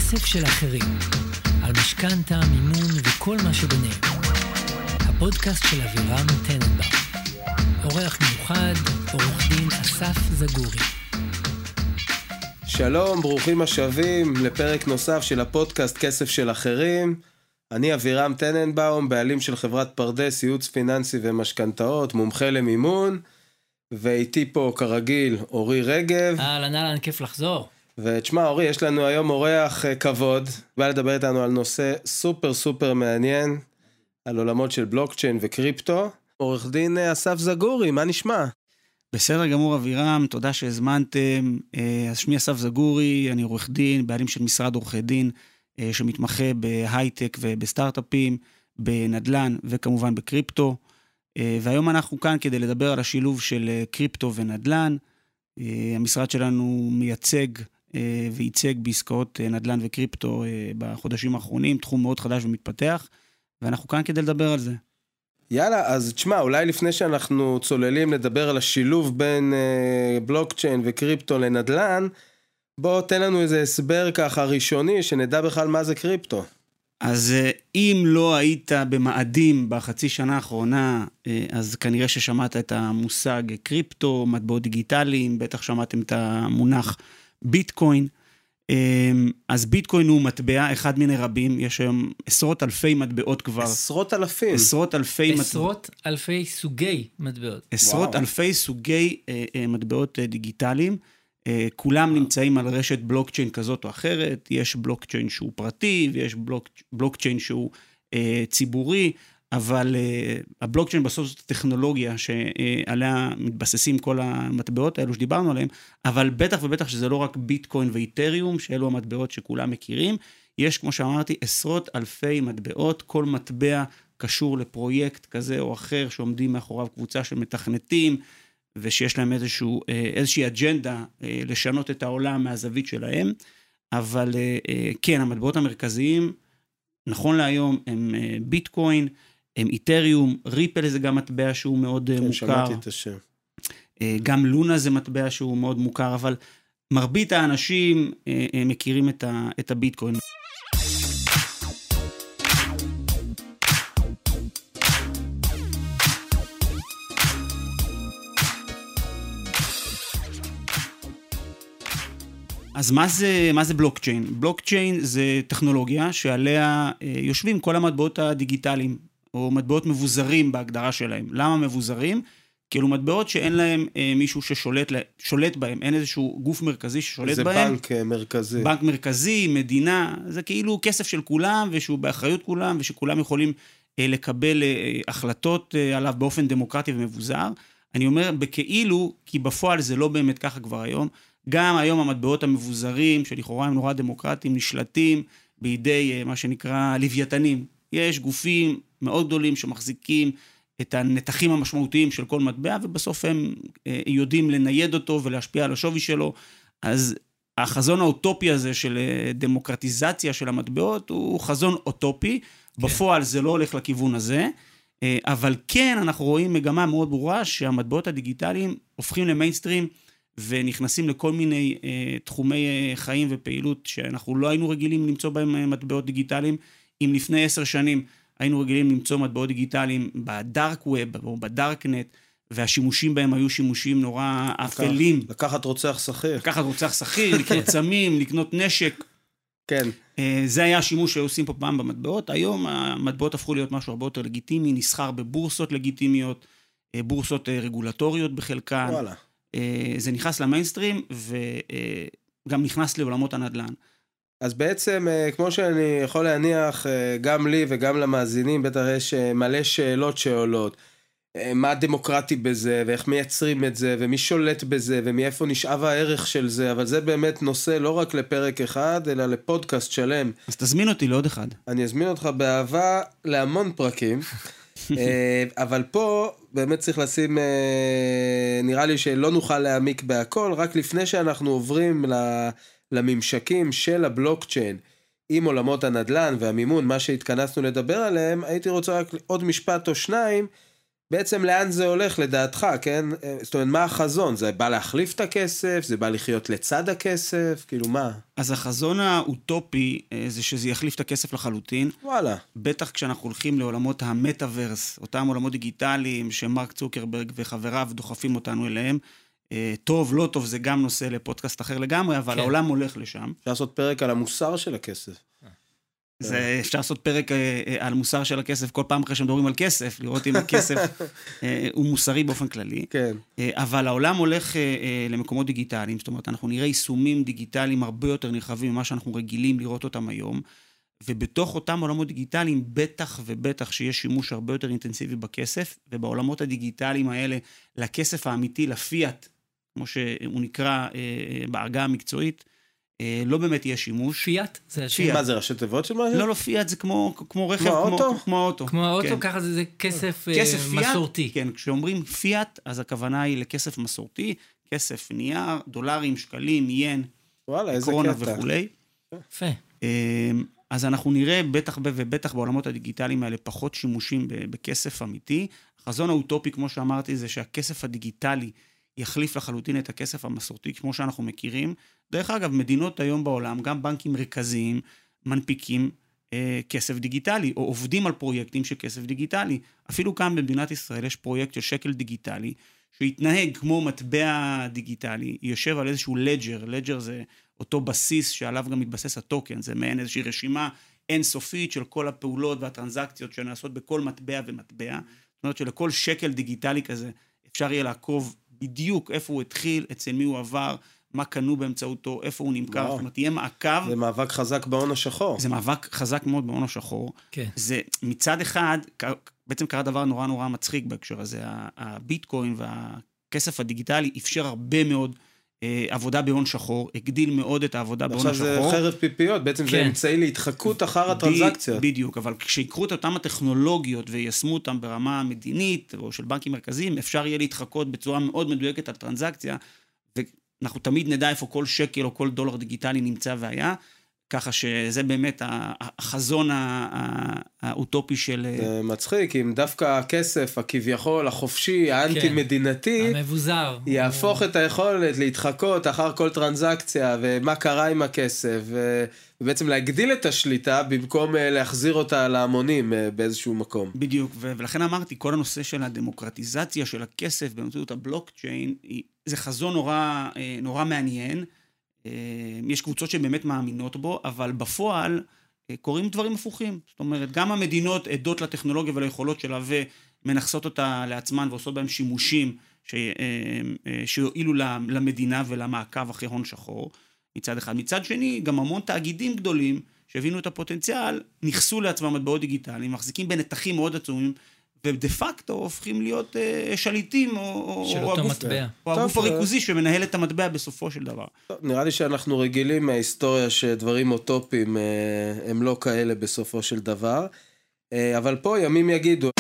כסף של אחרים, על משכנתה, מימון וכל מה שביניהם. הפודקאסט של אבירם טננבאום. אורח מיוחד, עורך דין אסף זגורי. שלום, ברוכים השבים לפרק נוסף של הפודקאסט כסף של אחרים. אני אבירם טננבאום, בעלים של חברת פרדס, ייעוץ פיננסי ומשכנתאות, מומחה למימון, ואיתי פה כרגיל אורי רגב. אהלן, כיף לחזור. ותשמע אורי, יש לנו היום אורח כבוד, בא לדבר איתנו על נושא סופר מעניין, על עולמות של בלוקצ'יין וקריפטו. עורך דין אסף זגורי, מה נשמע? בסדר גמור אבירם, תודה שהזמנתם. אז שמי אסף זגורי, אני עורך דין, בעלים של משרד עורכי דין, שמתמחה בהייטק ובסטארט-אפים, בנדלן וכמובן בקריפטו. והיום אנחנו כאן כדי לדבר על השילוב של קריפטו ונדלן. המשרד שלנו מייצג וייצג בעסקאות נדלן וקריפטו בחודשים האחרונים, תחום מאוד חדש ומתפתח, ואנחנו כאן כדי לדבר על זה. יאללה, אז תשמע, אולי לפני שאנחנו צוללים לדבר על השילוב בין בלוקצ'יין וקריפטו לנדלן, בוא תן לנו איזה הסבר ככה ראשוני, שנדע בכלל מה זה קריפטו. אז אם לא היית במאדים בחצי שנה האחרונה, אז כנראה ששמעת את המושג קריפטו, מטבעות דיגיטליים, בטח שמעתם את המונח ביטקוין. אז ביטקוין הוא מטבע, אחד מיני רבים, יש היום עשרות אלפי מטבעות כבר. עשרות אלפים? עשרות אלפי סוגי מטבעות. עשרות אלפי סוגי מטבעות דיגיטליים, כולם נמצאים על רשת בלוקצ'יין כזאת או אחרת, יש בלוקצ'יין שהוא פרטי, ויש בלוקצ'יין שהוא ציבורי, אבל הבלוקצ'יין בסוף זאת טכנולוגיה שעליה מתבססים כל המטבעות האלו שדיברנו עליהם, אבל בטח ובטח שזה לא רק ביטקוין ואיתריום, שאלו המטבעות שכולם מכירים, יש כמו שאמרתי עשרות אלפי מטבעות, כל מטבע קשור לפרויקט כזה או אחר, שעומדים מאחוריו קבוצה של מתכנתים, ושיש להם איזושהי אג'נדה לשנות את העולם מהזווית שלהם, אבל כן, המטבעות המרכזיים, נכון להיום, הם ביטקוין, הם איתריום, ריפל זה גם מטבע שהוא מאוד כן, מוכר. שמעתי את השם. גם לונה זה מטבע שהוא מאוד מוכר, אבל מרבית האנשים מכירים את הביטקוין. אז מה זה בלוקצ'יין? בלוקצ'יין זה טכנולוגיה שעליה יושבים כל המטבעות הדיגיטליים, או מטבעות מבוזרים בהגדרה שלהם. למה מבוזרים? כאילו מטבעות שאין להם מישהו ששולט בהם, אין איזשהו גוף מרכזי ששולט זה בהם. זה בנק מרכזי. בנק מרכזי, מדינה, זה כאילו כסף של כולם, ושהוא באחריות כולם, ושכולם יכולים לקבל החלטות עליו באופן דמוקרטי ומבוזר. אני אומר בכאילו, כי בפועל זה לא באמת ככה כבר היום, גם היום המטבעות המבוזרים, שלכאורה הם נורא דמוקרטיים, נשלטים בידי מה שנקרא לוויתנים. יש גופים מאוד גדולים שמחזיקים את הנתחים המשמעותיים של כל מטבע, ובסוף הם יודעים לנייד אותו ולהשפיע על השווי שלו. אז החזון האוטופי הזה של דמוקרטיזציה של המטבעות, הוא חזון אוטופי. כן. בפועל זה לא הולך לכיוון הזה, אבל כן אנחנו רואים מגמה מאוד ברורה, שהמטבעות הדיגיטליים הופכים למיינסטרים, ונכנסים לכל מיני תחומי חיים ופעילות שאנחנו לא היינו רגילים למצוא בהם מטבעות דיגיטליים. אם לפני 10 שנים היינו רגילים למצוא מטבעות דיגיטליים בדארק ווב או בדארקנט, והשימושים בהם היו שימושים נורא אפלים. לקחת רוצח שכיר, לקנות סמים, לקנות נשק. כן. זה היה השימוש שעושים פה פעם במטבעות. היום המטבעות הפכו להיות משהו הרבה יותר לגיטימי, נסחר בבורסות לגיטימיות, בורסות רגולטוריות בחלקן. וואלה. זה נכנס למיינסטרים, וגם נכנס לעולמות הנדל"ן. אז בעצם, כמו שאני יכול להניח, גם לי וגם למאזינים, בטח יש מלא שאלות שעולות. מה דמוקרטי בזה, ואיך מייצרים את זה, ומי שולט בזה, ומאיפה נשאב הערך של זה, אבל זה באמת נושא לא רק לפרק אחד, אלא לפודקאסט שלם. אז תזמין אותי לעוד אחד. אני אזמין אותך באהבה להמון פרקים, אבל פה באמת צריך לשים, נראה לי שלא נוכל להעמיק בהכל, רק לפני שאנחנו עוברים לממשקים של הבלוקצ'יין, עם עולמות הנדל"ן והמימון, מה שהתכנסנו לדבר עליהם, הייתי רוצה רק עוד משפט או שניים, בעצם לאן זה הולך לדעתך, כן? זאת אומרת, מה החזון? זה בא להחליף את הכסף? זה בא לחיות לצד הכסף? כאילו מה? אז החזון האוטופי זה שזה יחליף את הכסף לחלוטין. וואלה. בטח כשאנחנו הולכים לעולמות המטאברס, אותם עולמות דיגיטליים שמרק צוקרברג וחבריו דוחפים אותנו אליהם. טוב, לא טוב, זה גם נושא לפודקאסט אחר לגמרי, אבל כן. העולם הולך לשם. אפשר לעשות פרק על המוסר של הכסף. אפשר לעשות פרק על מוסר של הכסף כל פעם אחרי שמדברים על כסף, לראות אם הכסף הוא מוסרי באופן כללי. כן. אבל העולם הולך למקומות דיגיטליים, זאת אומרת, אנחנו נראה יישומים דיגיטליים הרבה יותר נרחבים ממה שאנחנו רגילים לראות אותם היום, ובתוך אותם עולמות דיגיטליים בטח ובטח שיש שימוש הרבה יותר אינטנסיבי בכסף, ובעולמות הדיגיטליים האלה לכסף האמיתי, לפיאט, כמו שהוא נקרא בעגה המקצועית, לא באמת יהיה שימוש. פיאט? זה פיאט. מה, זה ראשי תיבות של משהו? לא, פיאט זה כמו רכב, כמו האוטו? כמו האוטו. כמו האוטו, כן. ככה זה כסף פיאט, מסורתי. כן, כשאומרים פיאט, אז הכוונה היא לכסף מסורתי, כסף נייר, דולרים, שקלים, ין, וואלה, איזה קורונה קטע. וכולי. יפה. אז אנחנו נראה בטח ובטח בעולמות הדיגיטליים האלה פחות שימושים בכסף אמיתי. החזון האוטופי, כמו שאמרתי, זה שהכסף הדיגיטלי יחליף לחלוטין את הכסף המסורתי, כמו שאנחנו מכירים. דרך אגב, מדינות היום בעולם, גם בנקים מרכזיים, מנפיקים כסף דיגיטלי, או עובדים על פרויקטים של כסף דיגיטלי. אפילו כאן במדינת ישראל יש פרויקט של שקל דיגיטלי, שהתנהג כמו מטבע דיגיטלי, יושב על איזשהו לג'ר. לג'ר זה אותו בסיס שעליו גם מתבסס הטוקן, זה מעין איזושהי רשימה אינסופית של כל הפעולות והטרנזקציות שנעשות בכל מטבע ומטבע. זאת אומרת שלכל שקל דיגיטלי כזה אפשר יהיה לעקוב בדיוק איפה הוא התחיל, אצל מי הוא עבר, מה קנו באמצעותו, איפה הוא נמכר, זאת אומרת, תהיה מעקב. זה מאבק חזק בהון השחור. זה מאבק חזק מאוד בהון השחור. כן. זה מצד אחד, בעצם קרה דבר נורא נורא מצחיק בהקשר הזה, הביטקוין והכסף הדיגיטלי אפשר הרבה מאוד עבודה בהון שחור, הגדיל מאוד את העבודה בהון השחור. עכשיו זה חרב פיפיות, בעצם זה אמצעי להתחקות אחר הטרנזקציות. בדיוק, אבל כשיקחו את אותם הטכנולוגיות ויישמו אותם ברמה מדינית או של בנקים מרכזיים, אפשר יהיה להתחקות בצורה מאוד מדויקת על טרנזקציה, ואנחנו תמיד נדע איפה כל שקל או כל דולר דיגיטלי נמצא והיה, ככה שזה באמת החזון האוטופי של... זה מצחיק, אם דווקא הכסף, הכביכול, החופשי, האנטי-מדינתי, המבוזר. יהפוך את היכולת להתחקות אחר כל טרנזקציה, ומה קרה עם הכסף, ובעצם להגדיל את השליטה, במקום להחזיר אותה להמונים באיזשהו מקום. בדיוק, ולכן אמרתי, כל הנושא של הדמוקרטיזציה של הכסף, באמצעות הבלוקצ'יין, זה חזון נורא מעניין, יש קבוצות שבאמת מאמינות בו, אבל בפועל קוראים דברים הפוכים. זאת אומרת, גם המדינות עדות לטכנולוגיה וליכולות שלה ומנחסות אותה לעצמן ועושות בהם שימושים שיועילו למדינה ולמעקב אחרי הון שחור, מצד אחד. מצד שני, גם המון תאגידים גדולים שהבינו את הפוטנציאל, נכסו לעצמם מטבעות דיגיטליים, מחזיקים בנתחים מאוד עצומים, ודה פקטו הופכים להיות שליטים או הגוף הריכוזי שמנהל את המטבע בסופו של דבר. נראה לי שאנחנו רגילים מההיסטוריה שדברים אוטופיים הם לא כאלה בסופו של דבר, אבל פה ימים יגידו.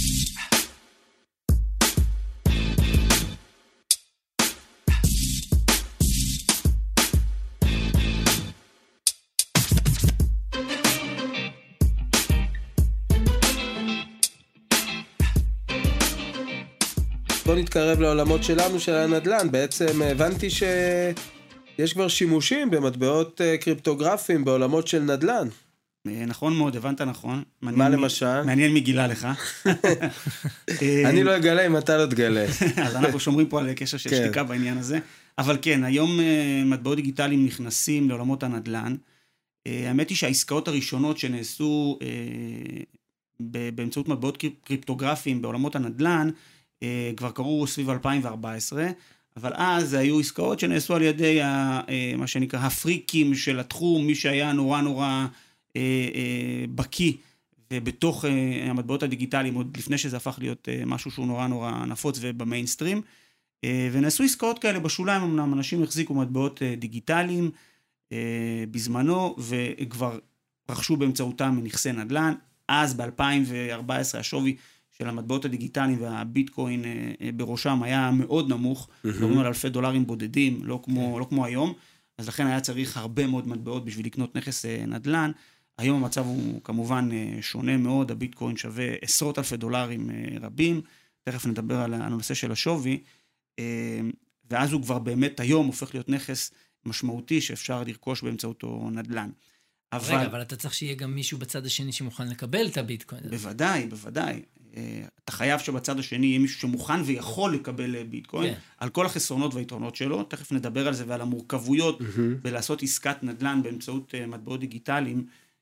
בוא נתקרב לעולמות שלנו, של הנדל"ן. בעצם הבנתי שיש כבר שימושים במטבעות קריפטוגרפיים בעולמות של נדל"ן. נכון מאוד, הבנת נכון. מה למשל? מעניין מי גילה לך. אני לא אגלה אם אתה לא תגלה. אז אנחנו שומרים פה על קשר של שתיקה בעניין הזה. אבל כן, היום מטבעות דיגיטליים נכנסים לעולמות הנדל"ן. האמת היא שהעסקאות הראשונות שנעשו באמצעות מטבעות קריפטוגרפיים בעולמות הנדל"ן, כבר קראו סביב 2014, אבל אז היו עסקאות שנעשו על ידי מה שנקרא הפריקים של התחום, מי שהיה נורא בקי, ובתוך המטבעות הדיגיטליים, עוד לפני שזה הפך להיות משהו שהוא נורא נפוץ ובמיינסטרים, ונעשו עסקאות כאלה בשוליים, אמנם אנשים החזיקו מטבעות דיגיטליים בזמנו, וכבר רכשו באמצעותם נכסי נדל"ן. אז ב-2014 השווי של המטבעות הדיגיטליים והביטקוין בראשם היה מאוד נמוך, מדברים על אלפי דולרים בודדים, לא כמו היום, אז לכן היה צריך הרבה מאוד מטבעות בשביל לקנות נכס נדל"ן. היום המצב הוא כמובן שונה מאוד, הביטקוין שווה עשרות אלפי דולרים רבים, תכף נדבר על הנושא של השווי, ואז הוא כבר באמת היום הופך להיות נכס משמעותי שאפשר לרכוש באמצעותו נדל"ן. רגע, אבל אתה צריך שיהיה גם מישהו בצד השני שמוכן לקבל את הביטקוין. בוודאי, בוודאי. אתה חייב שבצד השני יהיה מישהו שמוכן ויכול לקבל ביטקוין, על כל החסרונות והיתרונות שלו, תכף נדבר על זה ועל המורכבויות בלעשות עסקת נדל"ן באמצעות מטבעות דיגיטליים,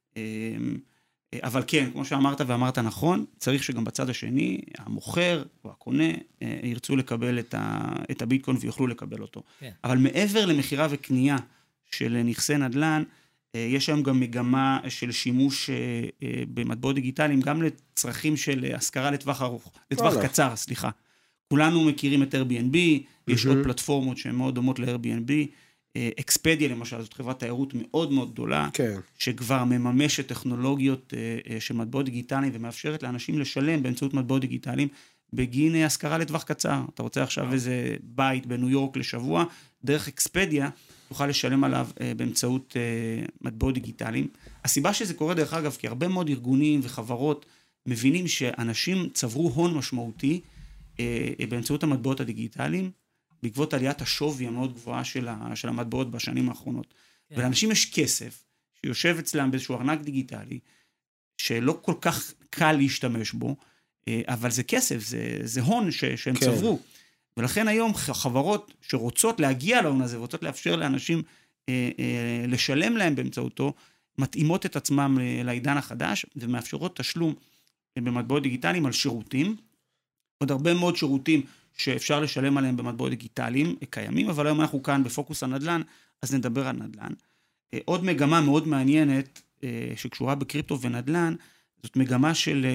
אבל כן, כמו שאמרת ואמרת נכון, צריך שגם בצד השני, המוכר או הקונה, ירצו לקבל את הביטקוין ויוכלו לקבל אותו. אבל מעבר למחירה וקנייה של נכסי נדל"ן, יש היום גם מגמה של שימוש במטבעות דיגיטליים, גם לצרכים של השכרה לטווח ארוך, לטווח קצר, סליחה. כולנו מכירים את Airbnb, יש עוד פלטפורמות שהן מאוד דומות ל-Airbnb, אקספדיה למשל, זאת חברת תיירות מאוד מאוד גדולה, שכבר מממשת טכנולוגיות של מטבעות דיגיטליים, ומאפשרת לאנשים לשלם באמצעות מטבעות דיגיטליים, בגין השכרה לטווח קצר. אתה רוצה עכשיו איזה בית בניו יורק לשבוע, דרך אקספדיה, תוכל לשלם עליו באמצעות מטבעות דיגיטליים. הסיבה שזה קורה דרך אגב, כי הרבה מאוד ארגונים וחברות מבינים שאנשים צברו הון משמעותי באמצעות המטבעות הדיגיטליים, בעקבות עליית השווי המאוד גבוהה של המטבעות בשנים האחרונות. ולאנשים יש כסף שיושב אצלם באיזשהו ארנק דיגיטלי, שלא כל כך קל להשתמש בו, אבל זה כסף, זה הון שהם צברו. ולכן היום חברות שרוצות להגיע להון הזה, ורוצות לאפשר לאנשים לשלם להם באמצעותו, מתאימות את עצמם לעידן החדש, ומאפשרות תשלום במטבעות דיגיטליים על שירותים, עוד הרבה מאוד שירותים שאפשר לשלם עליהם במטבעות דיגיטליים קיימים, אבל היום אנחנו כאן בפוקוס הנדל"ן, אז נדבר על נדל"ן. עוד מגמה מאוד מעניינת שקשורה בקריפטו ונדל"ן, זאת מגמה של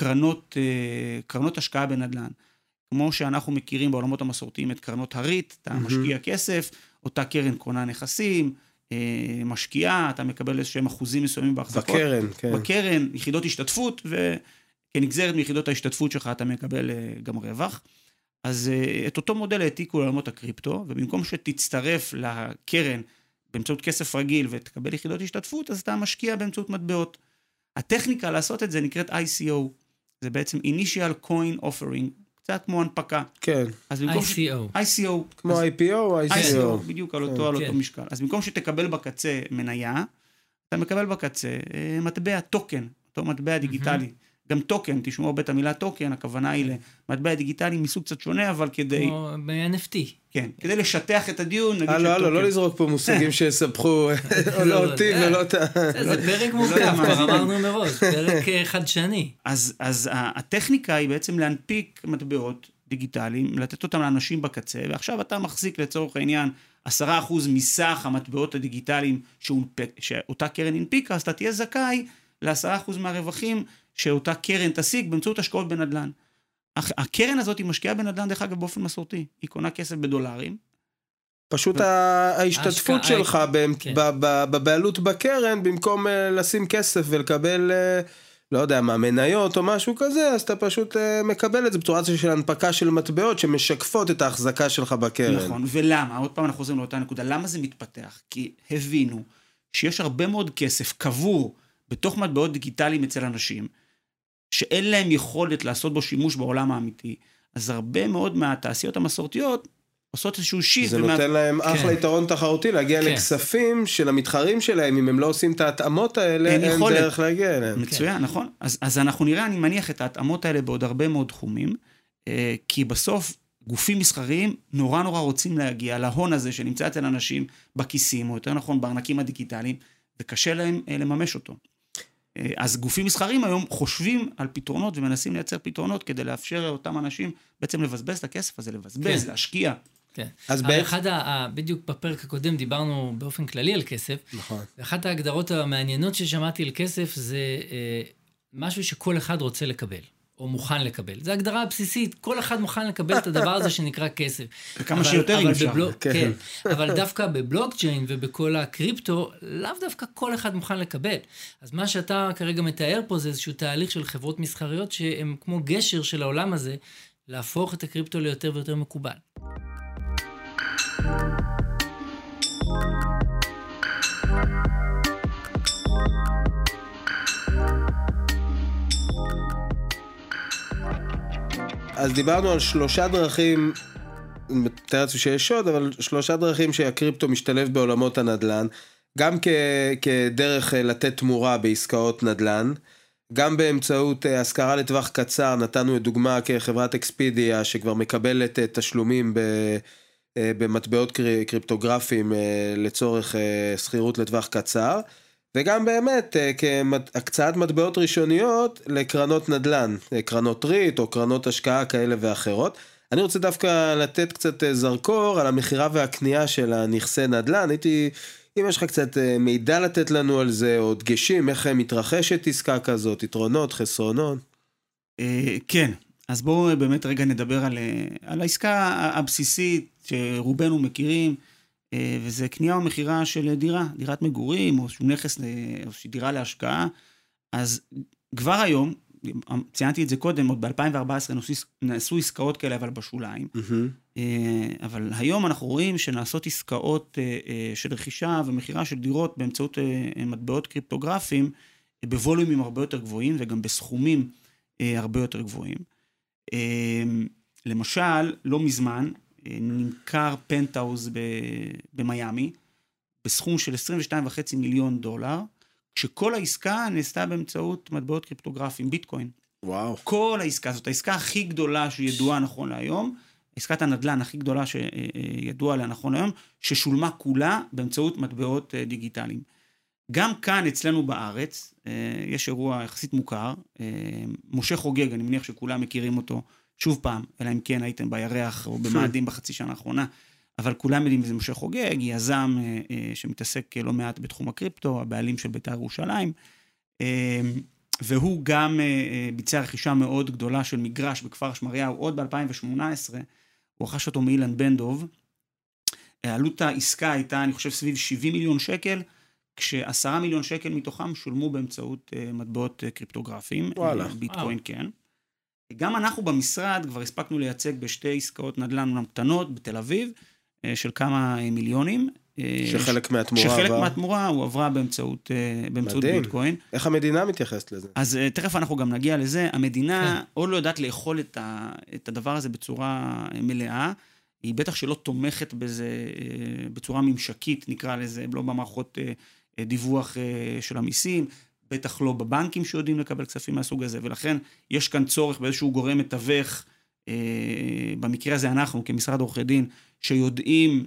קרנות השקעה בנדל"ן. כמו שאנחנו מכירים בעולמות המסורתיים את קרנות הריט, אתה משקיע כסף, אותה קרן קונה נכסים, משקיעה, אתה מקבל איזשהם אחוזים מסוימים בהחזקות. בקרן, כן. בקרן, יחידות השתתפות, וכנגזרת מיחידות ההשתתפות שלך אתה מקבל גם רווח. אז את אותו מודל העתיקו לעולמות הקריפטו, ובמקום שתצטרף לקרן באמצעות כסף רגיל ותקבל יחידות השתתפות, אז אתה משקיע באמצעות מטבעות. הטכניקה לעשות את זה נקראת ICO, זה בעצם Initial Coin Offering, קצת כמו הנפקה. כן. ICO. כמו IPO או ICO. בדיוק על אותו משקל. אז במקום שתקבל בקצה מניה, אתה מקבל בקצה מטבע טוקן, אותו מטבע דיגיטלי. גם טוקן, תשמעו הרבה את המילה טוקן, הכוונה היא למטבע דיגיטלי מסוג קצת שונה, אבל כדי... כמו ב-NFT. כן, כדי לשטח את הדיון, נגיד שטוקן. לא לזרוק פה מושגים שיספחו, לא אותי ולא את ה... זה פרק מורכב, כבר אמרנו מראש, פרק חדשני. אז הטכניקה היא בעצם להנפיק מטבעות דיגיטליים, לתת אותם לאנשים בקצה, ועכשיו אתה מחזיק לצורך העניין 10% מסך המטבעות הדיגיטליים שאותה קרן הנפיקה, אז אתה תהיה זכאי ל10% מהרווחים שאותה קרן תשיג באמצעות השקעות בנדל"ן. הקרן הזאת היא משקיעה בנדל"ן דרך אגב באופן מסורתי, היא קונה כסף בדולרים. פשוט ההשתתפות שלך בבעלות בקרן, במקום לשים כסף ולקבל, לא יודע מה, מניות או משהו כזה, אז אתה פשוט מקבל את זה בצורה של הנפקה של מטבעות שמשקפות את ההחזקה שלך בקרן. נכון, ולמה? עוד פעם אנחנו חוזרים לאותה נקודה, למה זה מתפתח? כי הבינו שיש הרבה מאוד כסף קבור בתוך מטבעות דיגיטליים אצל אנשים, שאין להם יכולת לעשות בו שימוש בעולם האמיתי, אז הרבה מאוד מהתעשיות המסורתיות עושות איזשהו שיט. זה נותן להם אחלה יתרון תחרותי, להגיע לכספים של המתחרים שלהם, אם הם לא עושים את ההתאמות האלה, אין דרך להגיע אליהם. מצוין, נכון. אז אנחנו נראה, אני מניח את ההתאמות האלה בעוד הרבה מאוד תחומים, כי בסוף גופים מסחריים נורא רוצים להגיע להון הזה שנמצא אצל אנשים בכיסים, או יותר נכון בארנקים הדיגיטליים, וקשה להם לממש אותו. אז גופים מסחריים היום חושבים על פתרונות ומנסים לייצר פתרונות כדי לאפשר לאותם אנשים בעצם לבזבז את הכסף הזה, לבזבז, להשקיע. כן. בדיוק בפרק הקודם דיברנו באופן כללי על כסף. נכון. ואחת ההגדרות המעניינות ששמעתי על כסף זה משהו שכל אחד רוצה לקבל. או מוכן לקבל. זו הגדרה הבסיסית, כל אחד מוכן לקבל את הדבר הזה שנקרא כסף. וכמה שיותר אם אפשר. כן, אבל דווקא בבלוקצ'יין ובכל הקריפטו, לאו דווקא כל אחד מוכן לקבל. אז מה שאתה כרגע מתאר פה זה איזשהו תהליך של חברות מסחריות שהם כמו גשר של העולם הזה, להפוך את הקריפטו ליותר ויותר מקובל. אז דיברנו על 3 דרכים, מתאר לעצמי שיש עוד, אבל 3 דרכים שהקריפטו משתלב בעולמות הנדל"ן, גם כדרך לתת תמורה בעסקאות נדל"ן, גם באמצעות השכרה לטווח קצר, נתנו דוגמה כחברת אקספידיה, שכבר מקבלת תשלומים במטבעות קריפטוגרפיים לצורך שכירות לטווח קצר, וגם באמת כהקצאת מטבעות ראשוניות לקרנות נדל"ן, קרנות ריט או קרנות השקעה כאלה ואחרות. אני רוצה דווקא לתת קצת זרקור על המחירה והקנייה של הנכסי נדל"ן. אם יש לך קצת מידע לתת לנו על זה, או דגשים, איך מתרחשת עסקה כזאת, יתרונות, חסרונות? כן, אז בואו באמת רגע נדבר על העסקה הבסיסית שרובנו מכירים, וזה קנייה או מחירה של דירת מגורים, או שהוא נכס, או דירה להשקעה. אז כבר היום, ציינתי את זה קודם, עוד ב-2014 נעשו עסקאות כאלה, אבל בשוליים. אבל היום אנחנו רואים שנעשות עסקאות של רכישה ומחירה של דירות באמצעות מטבעות קריפטוגרפיים, בווליומים הרבה יותר גבוהים, וגם בסכומים הרבה יותר גבוהים. למשל, לא מזמן, נמכר פנטהאוז במיימי, בסכום של $22.5 מיליון, כשכל העסקה נעשתה באמצעות מטבעות קריפטוגרפיים, ביטקוין. וואו. כל העסקה, זאת העסקה הכי גדולה שידועה נכון להיום, עסקת הנדל"ן הכי גדולה שידועה לה נכון להיום, ששולמה כולה באמצעות מטבעות דיגיטליים. גם כאן אצלנו בארץ, יש אירוע יחסית מוכר, משה חוגג, אני מניח שכולם מכירים אותו שוב פעם, אלא אם כן הייתם בירח או במאדים בחצי שנה האחרונה, אבל כולם יודעים זה משה חוגג, יזם שמתעסק לא מעט בתחום הקריפטו, הבעלים של בית"ר ירושלים, והוא גם ביצע רכישה מאוד גדולה של מגרש בכפר שמריהו, עוד ב-2018, הוא רכש אותו מאילן בן דב, עלות העסקה הייתה, אני חושב, סביב 70 מיליון שקל, כש10 מיליון שקל מתוכם שולמו באמצעות מטבעות קריפטוגרפיים, ביטקוין כן. גם אנחנו במשרד כבר הספקנו לייצג בשתי עסקאות נדל"ן אומנם קטנות בתל אביב, של כמה מיליונים. שחלק מהתמורה הוא עברה באמצעות ביטקוין. איך המדינה מתייחסת לזה? אז תכף אנחנו גם נגיע לזה. המדינה עוד לא יודעת לאכול את הדבר הזה בצורה מלאה. היא בטח שלא תומכת בזה בצורה ממשקית, נקרא לזה, לא במערכות דיווח של המיסים, בטח לא בבנקים שיודעים לקבל כספים מהסוג הזה, ולכן יש כאן צורך באיזשהו גורם מתווך, במקרה הזה אנחנו כמשרד עורכי דין, שיודעים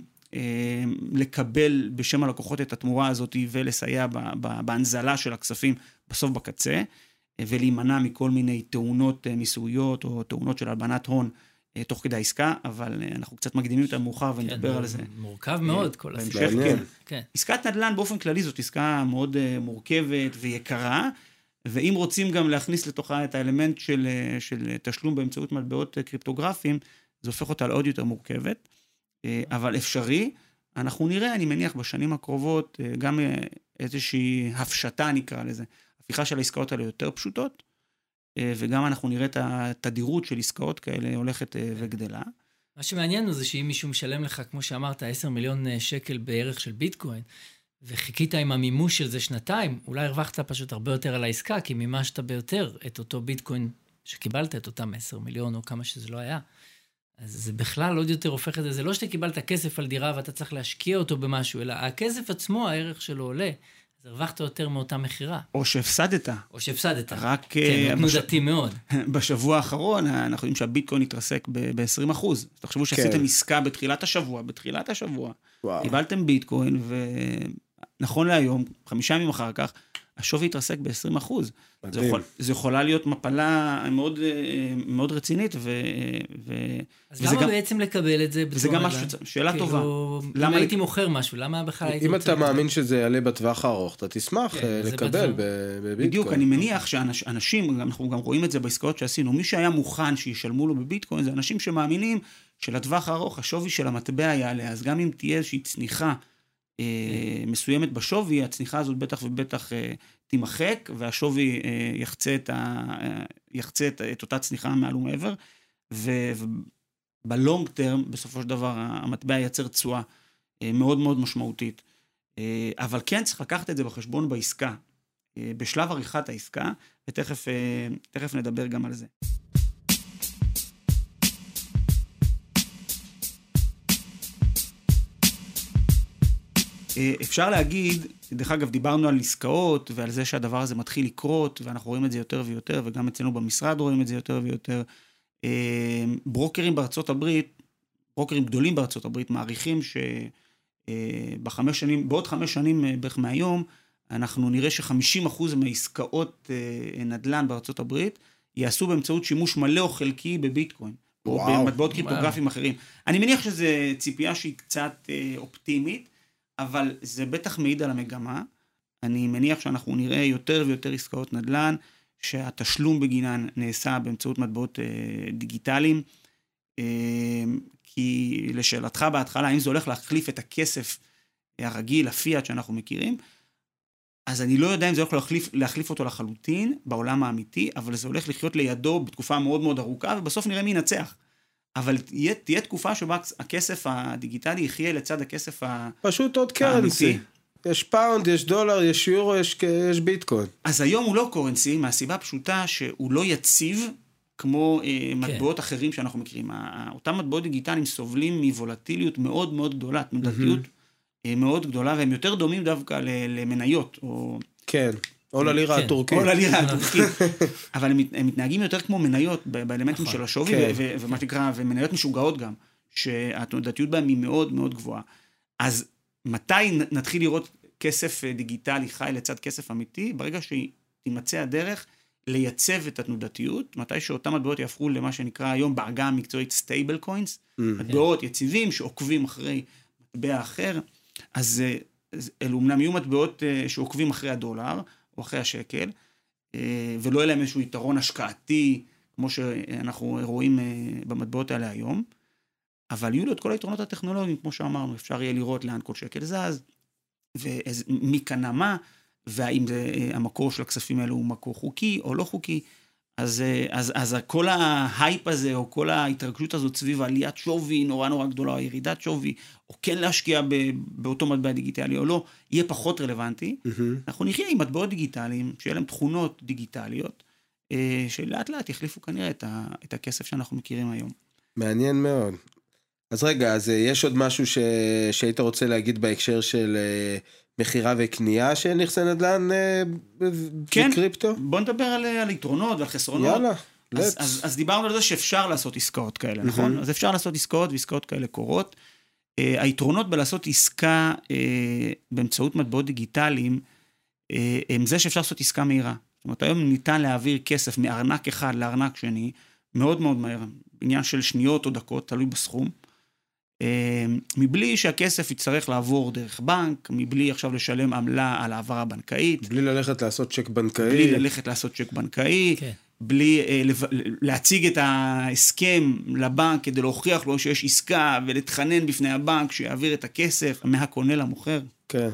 לקבל בשם הלקוחות את התמורה הזאת, ולסייע בהנזלה של הכספים בסוף בקצה, ולהימנע מכל מיני תאונות מיסויות, או תאונות של הלבנת הון, תוך כדי העסקה, אבל אנחנו קצת מקדימים יותר מאוחר ונדבר על זה. מורכב מאוד כל הסיפור. כן. עסקת נדל"ן באופן כללי זאת עסקה מאוד מורכבת ויקרה, ואם רוצים גם להכניס לתוכה את האלמנט של תשלום באמצעות מטבעות קריפטוגרפיים, זה הופך אותה לעוד יותר מורכבת, אבל אפשרי. אנחנו נראה, אני מניח, בשנים הקרובות, גם איזושהי הפשטה נקרא לזה, הפיכה של העסקאות האלה יותר פשוטות, וגם אנחנו נראה את התדירות של עסקאות כאלה הולכת וגדלה. מה שמעניין הוא זה שאם מישהו משלם לך, כמו שאמרת, 10 מיליון שקל בערך של ביטקוין, וחיכית עם המימוש של זה שנתיים, אולי הרווחת פשוט הרבה יותר על העסקה, כי מימשת ביותר את אותו ביטקוין שקיבלת, את אותם 10 מיליון או כמה שזה לא היה. אז זה בכלל עוד יותר הופך את זה. זה לא שאתה קיבלת כסף על דירה ואתה צריך להשקיע אותו במשהו, אלא הכסף עצמו, הערך שלו עולה. אז הרווחת יותר מאותה מחירה. או שהפסדת. רק... כן, נודתי מאוד. בשבוע האחרון, אנחנו יודעים שהביטקוין התרסק ב-20%. תחשבו שעשיתם עסקה בתחילת השבוע. קיבלתם ביטקוין, ונכון להיום, 5 ימים אחר כך, השווי התרסק ב-20%. זה יכולה להיות מפלה מאוד, מאוד רצינית, אז למה בעצם לקבל את זה? וזה גם משהו, שאלה טובה. למה הייתי מוכר משהו? למה בכלל הייתי אם אתה מאמין שזה יעלה בטווח הארוך, אתה תשמח לקבל בביטקוין. בדיוק, אני מניח שאנשים, אנחנו גם רואים את זה בעסקאות שעשינו, מי שהיה מוכן שישלמו לו בביטקוין, זה אנשים שמאמינים שלטווח הארוך השווי של המטבע יעלה, אז גם אם תהיה איזושהי צניחה מסוימת בשווי, הצניחה הזאת בטח ובטח תימחק, והשווי יחצה את אותה צניחה מעל ומעבר, ובלונג טרם, בסופו של דבר, המטבע ייצר תשואה מאוד מאוד משמעותית. אבל כן צריך לקחת את זה בחשבון בעסקה, בשלב עריכת העסקה, ותכף נדבר גם על זה. אפשר להגיד, דרך אגב, דיברנו על עסקאות ועל זה שהדבר הזה מתחיל לקרות, ואנחנו רואים את זה יותר ויותר, וגם אצלנו במשרד רואים את זה יותר ויותר. ברוקרים בארצות הברית, ברוקרים גדולים בארצות הברית, מעריכים בעוד 5 שנים בערך מהיום, אנחנו נראה ש50% מהעסקאות נדל"ן בארצות הברית, יעשו באמצעות שימוש מלא או חלקי בביטקוין, או במטבעות קריפטוגרפיים אחרים. אני מניח שזו ציפייה שהיא קצת אופטימית, אבל זה בטח מעיד על המגמה. אני מניח שאנחנו נראה יותר ויותר עסקאות נדל"ן, שהתשלום בגינן נעשה באמצעות מטבעות דיגיטליים, כי לשאלתך בהתחלה, האם זה הולך להחליף את הכסף הרגיל, הפיאט שאנחנו מכירים, אז אני לא יודע אם זה הולך להחליף אותו לחלוטין בעולם האמיתי, אבל זה הולך לחיות לידו בתקופה מאוד מאוד ארוכה, ובסוף נראה מי ינצח. אבל תהיה תקופה שבה הכסף הדיגיטלי יחיה לצד הכסף האמיתי. פשוט עוד קרנסי. יש פאונד, יש דולר, יש יורו, יש ביטקוין. אז היום הוא לא קורנסי, מהסיבה הפשוטה שהוא לא יציב כמו מטבעות אחרים שאנחנו מכירים. אותם מטבעות דיגיטליים סובלים מוולטיליות מאוד מאוד גדולה, תנודתיות מאוד גדולה, והם יותר דומים דווקא למניות. כן, או ללירה הטורקית. או ללירה הטורקית. אבל הם מתנהגים יותר כמו מניות באלמנטים של השווי, ומה שנקרא, ומניות משוגעות גם, שהתנודתיות בהם היא מאוד מאוד גבוהה. אז מתי נתחיל לראות כסף דיגיטלי חי לצד כסף אמיתי? ברגע שתימצא הדרך לייצב את התנודתיות, מתי שאותם מטבעות יהפכו למה שנקרא היום בעגה המקצועית סטייבל קוינס, מטבעות יציבים שעוקבים אחרי מטבע אחר, אז אלו אמנם יהיו מטבעות שעוקבים אחרי הדולר או אחרי השקל, ולא יהיה להם איזשהו יתרון השקעתי, כמו שאנחנו רואים במטבעות האלה היום, אבל יהיו לו את כל היתרונות הטכנולוגיים, כמו שאמרנו, אפשר יהיה לראות לאן כל שקל זז, ומי קנה מה, והאם המקור של הכספים האלו הוא מקור חוקי או לא חוקי, אז כל ההייפ הזה, או כל ההתרגשות הזאת סביב עליית שווי נורא נורא גדולה, או ירידת שווי, או כן להשקיע באותו מטבע דיגיטלי או לא, יהיה פחות רלוונטי. אנחנו נחיה עם מטבעות דיגיטליים, שיהיה להם תכונות דיגיטליות, שלאט לאט יחליפו כנראה את הכסף שאנחנו מכירים היום. מעניין מאוד. אז רגע, אז יש עוד משהו שהיית רוצה להגיד בהקשר של מחירה וקנייה של נכסי נדל"ן בקריפטו? כן, בוא נדבר על יתרונות ועל חסרונות. יאללה, אז דיברנו על זה שאפשר לעשות עסקאות כאלה, נכון? אז אפשר לעשות עסקאות, ועסקאות כאלה קורות. היתרונות בלעשות עסקה באמצעות מטבעות דיגיטליים, הם זה שאפשר לעשות עסקה מהירה. זאת אומרת, היום ניתן להעביר כסף מארנק אחד לארנק שני, מאוד מאוד מהר, בעניין של שניות או דקות, תלוי בסכום, מבלי שהכסף יצטרך לעבור דרך בנק, מבלי עכשיו לשלם עמלה על העברה בנקאית. בלי ללכת לעשות צ'ק בנקאי. כן. בלי להציג את ההסכם לבנק כדי להוכיח לו שיש עסקה, ולהתחנן בפני הבנק שיעביר את הכסף מהקונה למוכר. כן.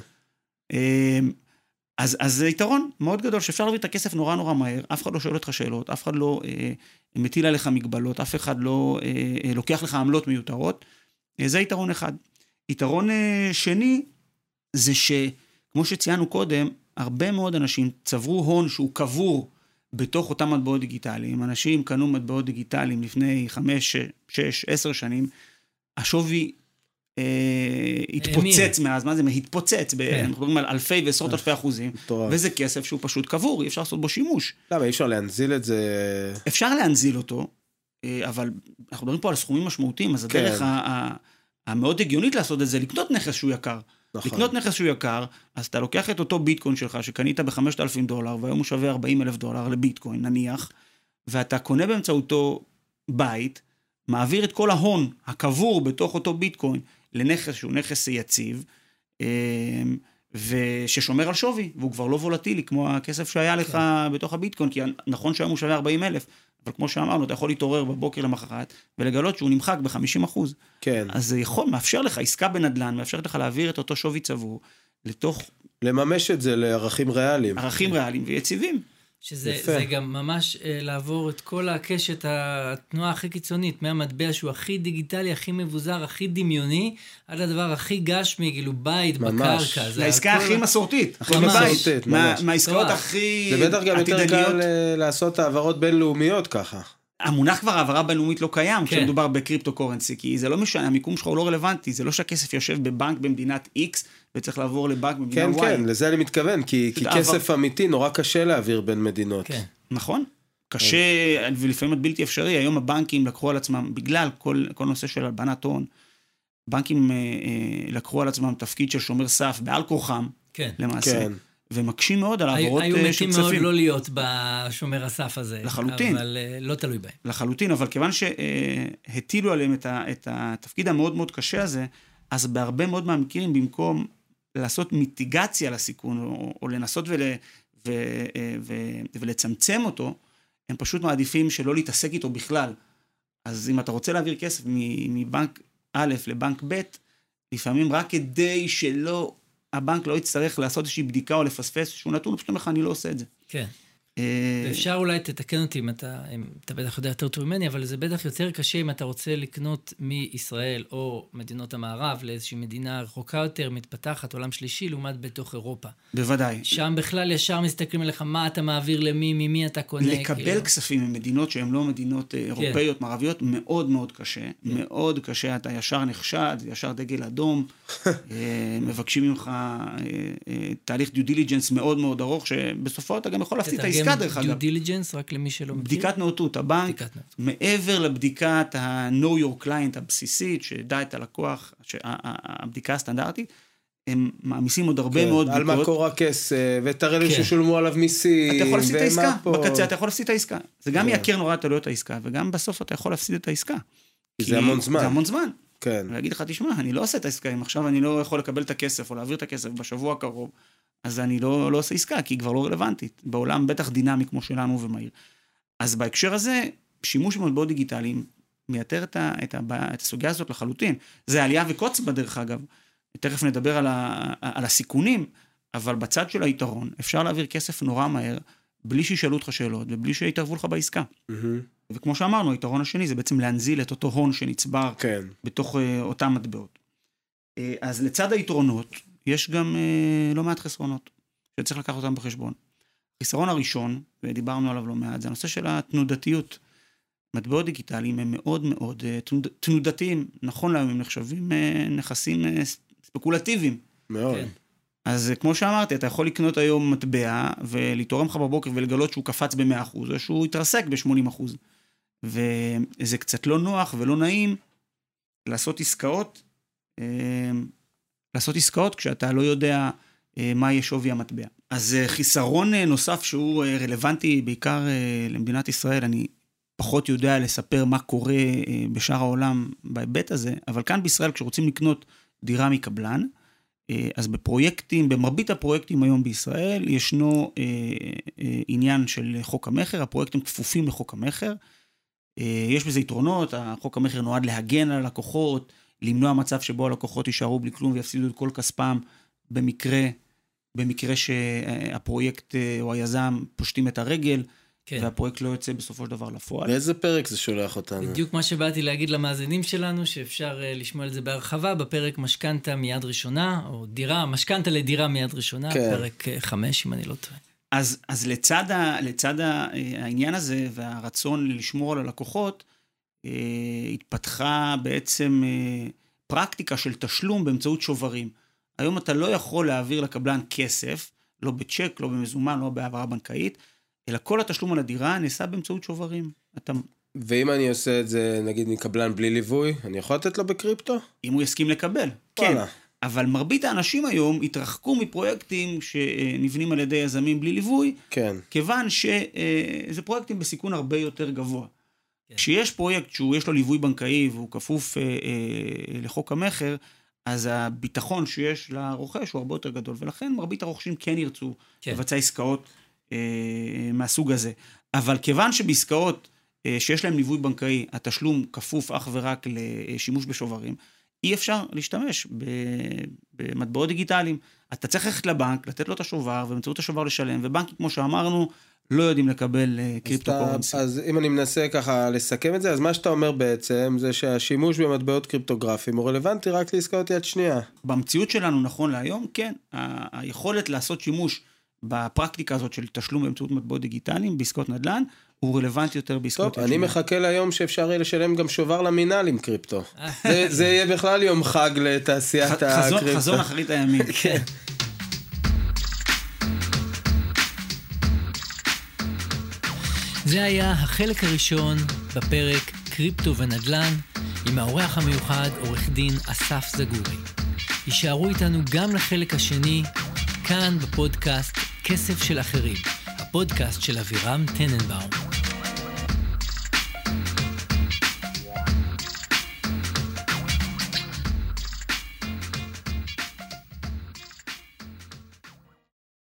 אז זה יתרון מאוד גדול, שאפשר להביא את הכסף נורא נורא מהר, אף אחד לא שואל אותך שאלות, אף אחד לא מטיל עליך מגבלות, אף אחד לא לוקח לך עמלות מיותרות. זה יתרון אחד. יתרון שני, זה שכמו שציינו קודם, הרבה מאוד אנשים צברו הון שהוא קבור בתוך אותם מטבעות דיגיטליים. אנשים קנו מטבעות דיגיטליים לפני 5, 6, 10 שנים, השווי התפוצץ מאז, מה זה? התפוצץ, אנחנו מדברים על אלפי ועשרות אלפי אחוזים, וזה כסף שהוא פשוט קבור, אי אפשר לעשות בו שימוש. למה, אי אפשר להנזיל את זה? אפשר להנזיל אותו, אבל אנחנו מדברים פה על סכומים משמעותיים, אז הדרך המאוד הגיונית לעשות את זה, לקנות נכס שהוא יקר. לקנות נכס שהוא יקר, אז אתה לוקח את אותו ביטקוין שלך, שקנית $5,000, והיום הוא שווה $40,000 לביטקוין, נניח, ואתה קונה באמצעותו בית, מעביר את כל ההון הקבור בתוך אותו ביטקוין, לנכס שהוא נכס יציב, וששומר על שווי, והוא כבר לא וולטילי, כמו הכסף שהיה לך בתוך הביטקוין, כי נכון שהיום הוא שווה 40,000, אבל כמו שאמרנו, אתה יכול להתעורר בבוקר למחרת, ולגלות שהוא נמחק ב-50%. כן. אז זה יכול, מאפשר לך עסקה בנדל"ן, מאפשר לך להעביר את אותו שווי צבור, לתוך... לממש את זה לערכים ריאליים. ערכים ריאליים ויציבים. שזה גם ממש לעבור את כל הקשת, התנועה הכי קיצונית, מהמטבע שהוא הכי דיגיטלי, הכי מבוזר, הכי דמיוני, עד הדבר הכי גשמי, כאילו בית בקרקע. לעסקה הכי מסורתית. הכי מסורתית, ממש. מהעסקאות הכי עתידניות. זה בטח גם יותר קל לעשות העברות בינלאומיות ככה. המונח כבר העברה בינלאומית לא קיים, כשמדובר בקריפטו-קורנסי, כי זה לא משנה, המיקום שלך הוא לא רלוונטי, זה לא שהכסף יושב בבנק במדינת X, וצריך לעבור לבנק במדינה Y. כן, לזה אני מתכוון, כי כסף אמיתי נורא קשה להעביר בין מדינות. נכון? קשה, ולפעמים בלתי אפשרי. היום הבנקים לקחו על עצמם, בגלל כל נושא של הלבנת הון, בנקים לקחו על עצמם תפקיד של שומר סף בעל כורחם, למעשה. ומקשים מאוד על העברות של כספים. היו מתים מאוד לא להיות בשומר הסף הזה. לחלוטין. אבל לא תלוי בהם. לחלוטין, אבל כיוון שהטילו עליהם את התפקיד המאוד מאוד קשה הזה, אז בהרבה מאוד מהמקרים, במקום לעשות מיטיגציה לסיכון, או לנסות ולצמצם אותו, הם פשוט מעדיפים שלא להתעסק איתו בכלל. אז אם אתה רוצה להעביר כסף מבנק א' לבנק ב', לפעמים רק כדי שלא, הבנק לא יצטרך לעשות איזושהי בדיקה או לפספס, שהוא נתון, פשוט לך, אני לא עושה את זה. כן. ואפשר אולי תתקן אותי אם אתה בטח יודע יותר טוב ממני, אבל זה בטח יותר קשה אם אתה רוצה לקנות מישראל או מדינות המערב לאיזושהי מדינה רחוקה יותר, מתפתחת, עולם שלישי, לעומת בתוך אירופה. בוודאי. שם בכלל ישר מסתכלים עליך מה אתה מעביר למי, ממי אתה קונה. לקבל כספים ממדינות שהן לא מדינות אירופאיות, מערביות, מאוד מאוד קשה. מאוד קשה, אתה ישר נחשד, ישר דגל אדום, מבקשים ממך תהליך דיו דיליג'נס מאוד מאוד ארוך, שבסופו אתה גם יכול להפסיד את העסקה דרך אגב. דיו דיליג'נס, רק למי שלא מכיר. בדיקת נאותות, הבנק, מעבר לבדיקת ה-know your client הבסיסית, שדע את הלקוח, הבדיקה הסטנדרטית, הם מעמיסים עוד הרבה מאוד בדיקות. על מקור הכסף, ותראה לי ששולמו עליו מיסים. אתה יכול להפסיד את העסקה, בקצה אתה יכול להפסיד את העסקה. זה גם יקר נורא את עלויות העסקה, וגם בסוף אתה יכול להפסיד את העסקה. זה המון זמן. זה המון זמן. כן. ולהגיד לך, תשמע, אני לא עושה את העסקה, אם עכשיו אני לא יכול לקבל את הכסף, או להעביר את הכסף בשבוע הקרוב, אז אני לא עושה עסקה, כי היא כבר לא רלוונטית. בעולם בטח דינמי כמו שלנו ומהיר. אז בהקשר הזה, שימוש במטבעות דיגיטליים מייתר את הסוגיה הזאת לחלוטין. זה עלייה וקוץ בדרך אגב. תכף נדבר על הסיכונים, אבל בצד של היתרון, אפשר להעביר כסף נורא מהר, בלי שישאלו אותך שאלות, ובלי שיתערבו לך בעסקה. וכמו שאמרנו, היתרון השני זה בעצם להנזיל את אותו הון שנצבר בתוך אותם מטבעות. אז לצד היתרונות, יש גם לא מעט חסרונות, שצריך לקחת אותם בחשבון. החיסרון הראשון, ודיברנו עליו לא מעט, זה הנושא של התנודתיות. מטבעות דיגיטליים הם מאוד מאוד תנודתיים, נכון להם הם נחשבים נכסים ספקולטיביים. מאוד. כן. אז כמו שאמרתי, אתה יכול לקנות היום מטבע, ולהתעורר לך בבוקר ולגלות שהוא קפץ ב100%, או שהוא יתרסק ב80%. וזה קצת לא נוח ולא נעים לעשות עסקאות כשאתה לא יודע מה יהיה שווי המטבע. אז חיסרון נוסף שהוא רלוונטי בעיקר למדינת ישראל, אני פחות יודע לספר מה קורה בשאר העולם בהיבט הזה, אבל כאן בישראל כשרוצים לקנות דירה מקבלן, אז בפרויקטים, במרבית הפרויקטים היום בישראל, ישנו עניין של חוק המחר, הפרויקטים כפופים לחוק המחר, יש בזה יתרונות, החוק המחר נועד להגן על הלקוחות, למנוע מצב שבו הלקוחות יישארו בלי כלום ויפסידו את כל כספם, במקרה שהפרויקט או היזם פושטים את הרגל, כן. והפרויקט לא יוצא בסופו של דבר לפועל. באיזה פרק זה שולח אותנו? בדיוק מה שבאתי להגיד למאזינים שלנו, שאפשר לשמוע על זה בהרחבה, בפרק משכנתה מיד ראשונה, או משכנתה לדירה מיד ראשונה, כן. פרק 5, אם אני לא טועה. אז לצד העניין הזה, והרצון לשמור על הלקוחות, התפתחה בעצם פרקטיקה של תשלום באמצעות שוברים. היום אתה לא יכול להעביר לקבלן כסף, לא בצ'ק, לא במזומן, לא בהעברה בנקאית, אלא כל התשלום על הדירה נעשה באמצעות שוברים. ואם אני עושה את זה, נגיד, מקבלן בלי ליווי, אני יכול לתת לו בקריפטו? אם הוא יסכים לקבל, כן. אבל מרבית האנשים היום התרחקו מפרויקטים שנבנים על ידי יזמים בלי ליווי, כן. כיוון שזה פרויקטים בסיכון הרבה יותר גבוה. כן. כשיש פרויקט שיש לו ליווי בנקאי והוא כפוף לחוק המחר, אז הביטחון שיש לרוכש הוא הרבה יותר גדול, ולכן מרבית הרוכשים כן ירצו לבצע עסקאות מהסוג הזה. אבל כיוון שבעסקאות שיש להם ליווי בנקאי, התשלום כפוף אך ורק לשימוש בשוברים, אי אפשר להשתמש במטבעות דיגיטליים. אתה צריך ללכת לבנק, לתת לו את השובר, ובאמצעות השובר לשלם, ובנקים, כמו שאמרנו, לא יודעים לקבל קריפטו-קורנסי. אז אם אני מנסה ככה לסכם את זה, אז מה שאתה אומר בעצם, זה שהשימוש במטבעות קריפטוגרפיים הוא רלוונטי רק לעסקאות יד שנייה. במציאות שלנו נכון להיום, כן. היכולת לעשות שימוש בפרקטיקה הזאת של תשלום באמצעות מטבעות דיגיטליים, בעסקאות נדל"ן, הוא רלוונטי יותר בעסקאות. טוב, אני מחכה ליום שאפשר יהיה לשלם גם שובר למינל עם קריפטו. זה יהיה בכלל יום חג לתעשיית הקריפטו. חזון אחרית הימים. כן. זה היה החלק הראשון בפרק קריפטו ונדל"ן, עם האורח המיוחד, עורך דין אסף זגורי. יישארו איתנו גם לחלק השני, כאן בפודקאסט כסף של אחרים, הפודקאסט של אבירם טננבאום.